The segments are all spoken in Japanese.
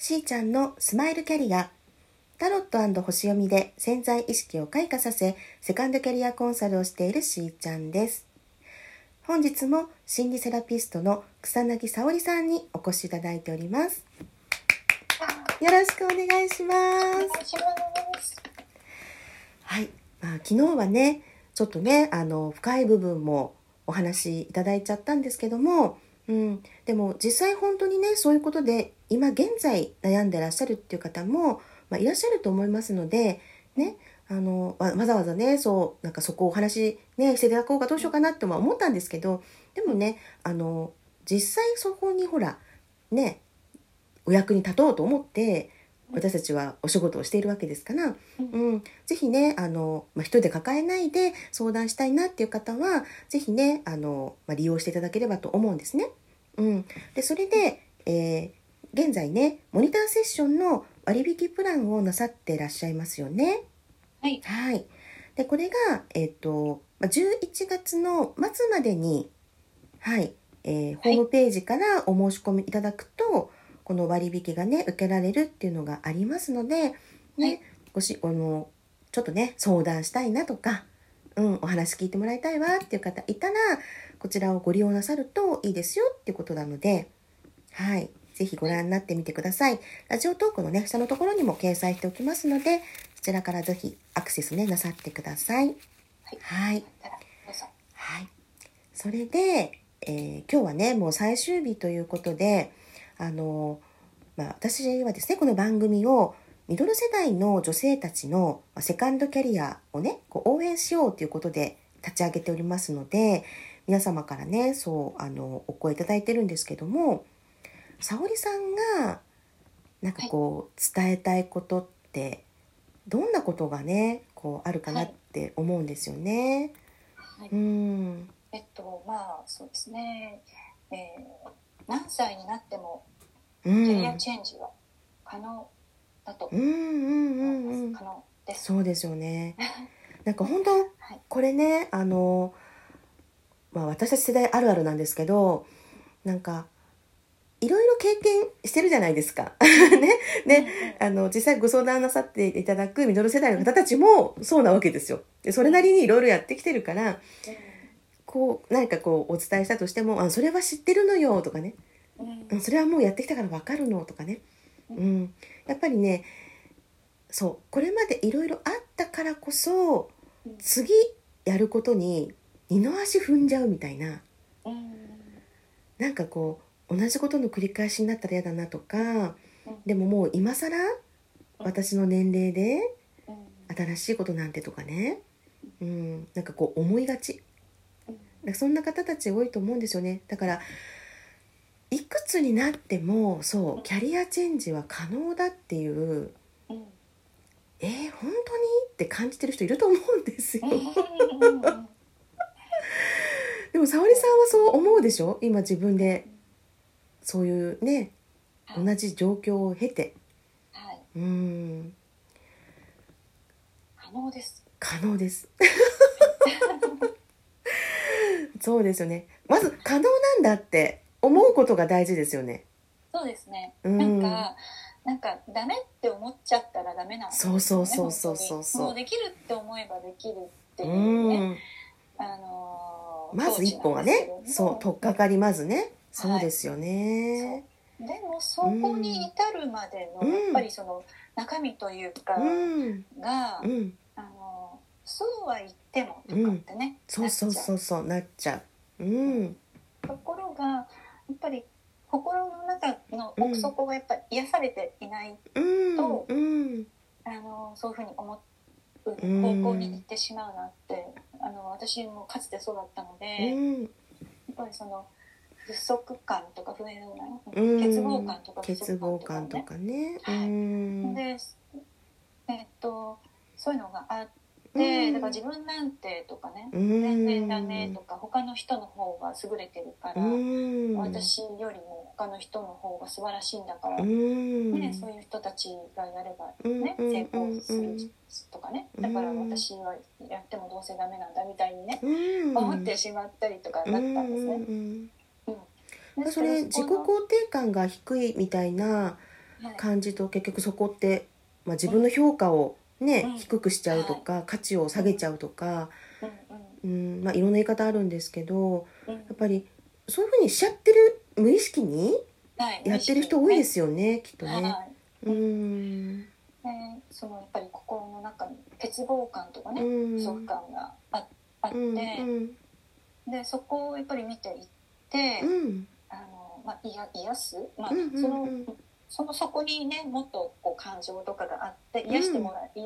しーちゃんのスマイルキャリア、タロット&星読みで潜在意識を開花させ、セカンドキャリアコンサルをしているしーちゃんです。本日も心理セラピストの草薙沙織さんにお越しいただいております。よろしくお願いします。はい、昨日はね、ちょっとね、深い部分もお話いただいちゃったんですけども、でも実際本当にね、そういうことで今現在悩んでらっしゃるっていう方も、いらっしゃると思いますので、ね、わざわざね、なんかそこをお話、ね、していただこうかどうしようかなって思ったんですけど、でもね、実際そこにほら、ね、お役に立とうと思って私たちはお仕事をしているわけですから、ぜひね、一人で抱えないで相談したいなっていう方はぜひね、利用していただければと思うんですね。でそれで、現在ね、モニターセッションの割引プランをなさっていらっしゃいますよね。はい。でこれが、11月の末までに、ホームページからお申し込みいただくと、この割引がね受けられるっていうのがありますので、ね、ちょっとね相談したいなとか、お話聞いてもらいたいわっていう方いたら、こちらをご利用なさるといいですよっていうことなので、ぜひご覧になってみてください。ラジオトークのね下のところにも掲載しておきますので、そちらからぜひアクセスねなさってください。それで、今日はねもう最終日ということで、私はですね、この番組をミドル世代の女性たちのセカンドキャリアをね応援しようということで立ち上げておりますので、皆様からねお声いただいてるんですけども、沙織さんがなんか伝えたいことってどんなことがねあるかなって思うんですよね。 そうですね、何歳になってもキャリアチェンジは可能だと思います。可能です。 そうですよね。なんか本当、これね、私たち世代あるあるなんですけど、なんかいろいろ経験してるじゃないですか。実際ご相談なさっていただくミドル世代の方たちもそうなわけですよ。でそれなりにいろいろやってきてるから、何かお伝えしたとしても、それは知ってるのよとかね、それはもうやってきたから分かるのとかね、やっぱりね、これまでいろいろあったからこそ、次やることに二の足踏んじゃうみたいな、なんか同じことの繰り返しになったら嫌だなとか、でももう今更私の年齢で新しいことなんてとかね、なんか思いがち、そんな方たち多いと思うんですよね。だからいくつになってもキャリアチェンジは可能だっていう、本当にって感じてる人いると思うんですよ。でも沙織さんはそう思うでしょ、今自分でそういうね、同じ状況を経て。 可能です。 可能ですそうですよね。まず可能なんだって思うことが大事ですよね。 そうですね。なんかダメって思っちゃったらダメなんですよね。そうもうできるって思えばできるっていうね。 まず一歩はね、取っかかりますね。そうですよね。 でもそこに至るまでのやっぱりその中身というかが、そうは言ってもとかってね、 なっちゃう。 ところがやっぱり心の中の奥底がやっぱり癒されていないと、そういうふうに思う方向に行ってしまうなって、私もかつてそうだったので、やっぱりその不足感とか不安な欠乏感とか不足感とかね、でそういうのがあって、だから自分なんてとかね、全然ダメとか、他の人の方が優れてるから、私よりも他の人の方が素晴らしいんだから、ね、そういう人たちがやればね、成功するとかね、だから私はやってもどうせダメなんだみたいにね、思ってしまったりとかだったんですね。 それ自己肯定感が低いみたいな感じと結局そこって、自分の評価をね、低くしちゃうとか、価値を下げちゃうとか、いろんな言い方あるんですけど、やっぱりそういうふうにしちゃってる、無意識にやってる人多いですよね、きっとね。 そのやっぱり心の中に欠乏感とかね、不足感があって、でそこをやっぱり見ていって、癒す、そこにねもっとこう感情とかがあって癒して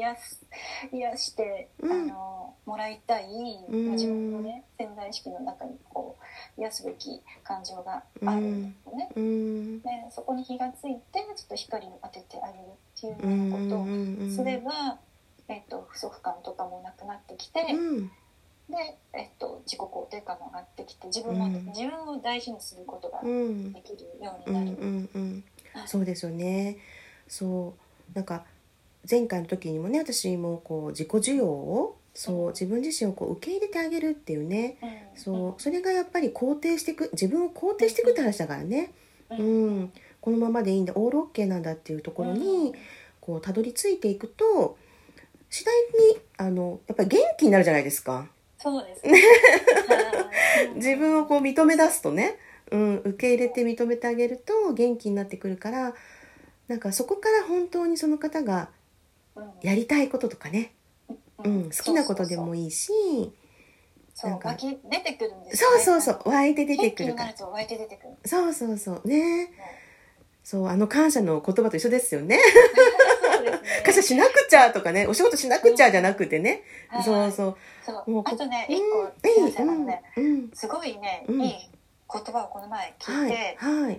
もらいたい、自分のね潜在意識の中にこう癒すべき感情があるんですよね。でそこに気がついてちょっと光を当ててあげるっていうようなことをすれば、不足感とかもなくなってきて、で、自己肯定感も上がってきて自分を大事にすることができるようになる。 そうですよね。そうなんか前回の時にもね、私もこう自己需要を自分自身をこう受け入れてあげるっていうね、それがやっぱり肯定していく、自分を肯定していくって話だからね、このままでいいんだ、オールオッケーなんだっていうところにこうたどり着いていくと、次第にやっぱり元気になるじゃないですか。 そうですね自分をこう認め出すとね、受け入れて認めてあげると元気になってくるから、なんかそこから本当にその方がやりたいこととかね、好きなことでもいいし、 なんか湧き出てくるんですよね。そう湧いて出てくるから。 湧いて出てくる。 そうね。感謝の言葉と一緒ですよね。感謝しなくちゃとかね、お仕事しなくちゃじゃなくてね。もうあとね、一個すごいね、いい言葉をこの前聞いて、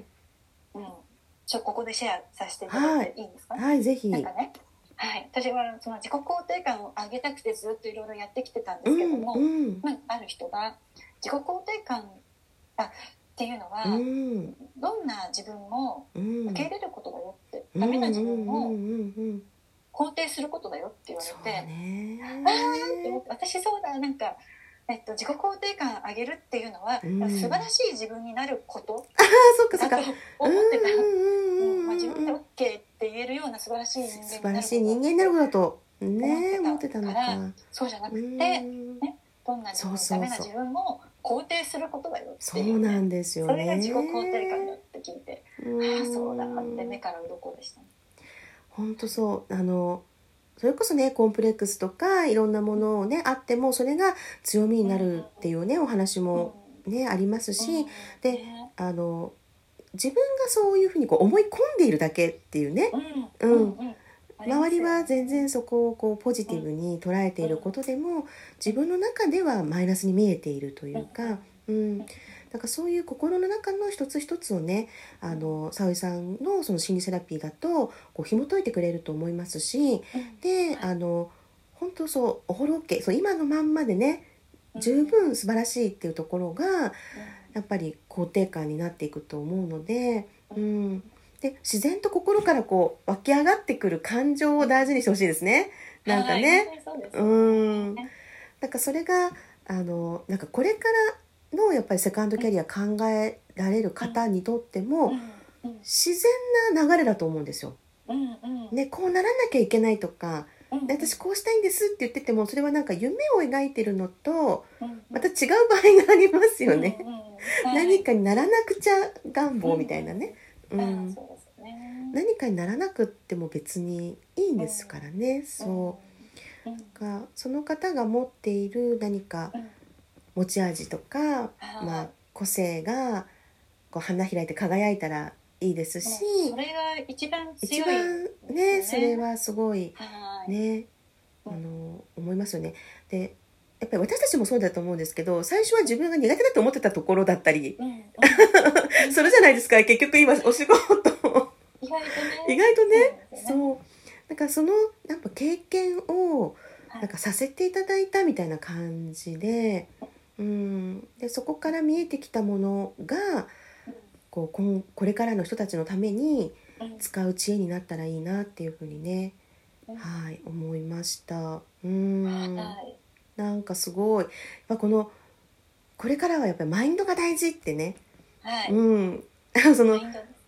ここでシェアさせていただいていいですか？ はい、ぜひ。 なんかね、私はその自己肯定感を上げたくてずっといろいろやってきてたんですけども、ある人が自己肯定感っていうのは、どんな自分も受け入れることだよって、ダメな自分を肯定することだよって言われて、って思って、私そうだ、なんか、自己肯定感上げるっていうのは、素晴らしい自分になることだと思ってた。自分で OK って言えるような素晴らしい人間になることだと思ってたから、そうじゃなくて、どんな自分、ダメな自分も肯定することだよっていう、 そうなんですよね。 それが自己肯定感だって聞いて、そうだって目から鱗でしたね。 本当そう、それこそね、コンプレックスとかいろんなものをね、あってもそれが強みになるっていうね、お話もね、ありますし、で自分がそういうふうにこう思い込んでいるだけっていうね、周りは全然そこをこうポジティブに捉えていることでも、自分の中ではマイナスに見えているというか、なんかそういう心の中の一つ一つをね、沙織さんのその心理セラピーだとこう紐解いてくれると思いますし、で本当そうオールオッケー、今のまんまでね十分素晴らしいっていうところがやっぱり肯定感になっていくと思うので、で自然と心からこう湧き上がってくる感情を大事にしてほしいですね。なんかね、なんかそれがなんかこれからのやっぱりセカンドキャリア考えられる方にとっても自然な流れだと思うんですよ。ね、こうならなきゃいけないとか、で私こうしたいんですって言ってても、それはなんか夢を描いてるのとまた違う場合がありますよね。何かにならなくちゃ願望みたいなね、何かにならなくっても別にいいんですからね。その方が持っている何か持ち味とか、個性がこう花開いて輝いたらいいですし、 それが一番強いですね。それはすごいね、思いますよね。でやっぱり私たちもそうだと思うんですけど、最初は自分が苦手だと思ってたところだったりするじゃないですか。結局今お仕事意外とね、そうなんかそのやっぱ経験をなんかさせていただいたみたいな感じで、でそこから見えてきたものがこれからの人たちのために使う知恵になったらいいなっていうふうにね、思いました。なんかすごいこれからはやっぱりマインドが大事ってね、その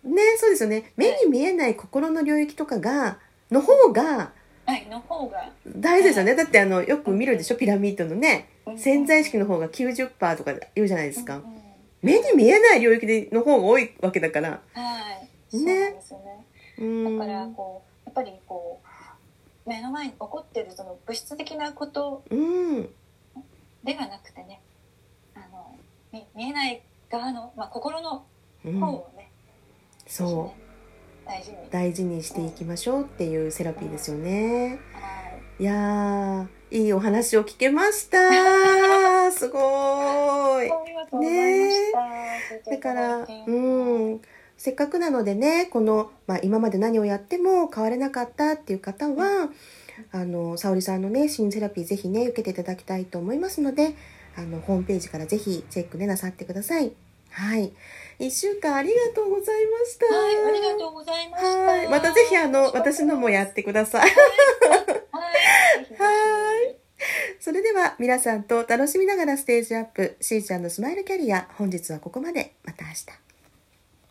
ね、そうですよね。目に見えない心の領域とかの方が大事ですよね。だってよく見るでしょ、ピラミッドのね、潜在意識の方が 90% とか言うじゃないですか。目に見えない領域の方が多いわけだから。 はい。そうなんですよね。だからやっぱり目の前に起こってるその物質的なことではなくてね、見えない側の、心の方をね、 そう、大事にしていきましょうっていうセラピーですよね。いやー、いいお話を聞けました。すごい。ね、だからせっかくなのでね、今まで何をやっても変われなかったっていう方は、沙織さんのね、心セラピーぜひね、受けていただきたいと思いますので、ホームページからぜひチェックね、なさってください。はい。1週間ありがとうございました。 はい、ありがとうございました。はい、 またぜひ私のもやってください。はい。それでは皆さんと楽しみながらステージアップ、しーちゃんのスマイルキャリア、本日はここまで。また明日。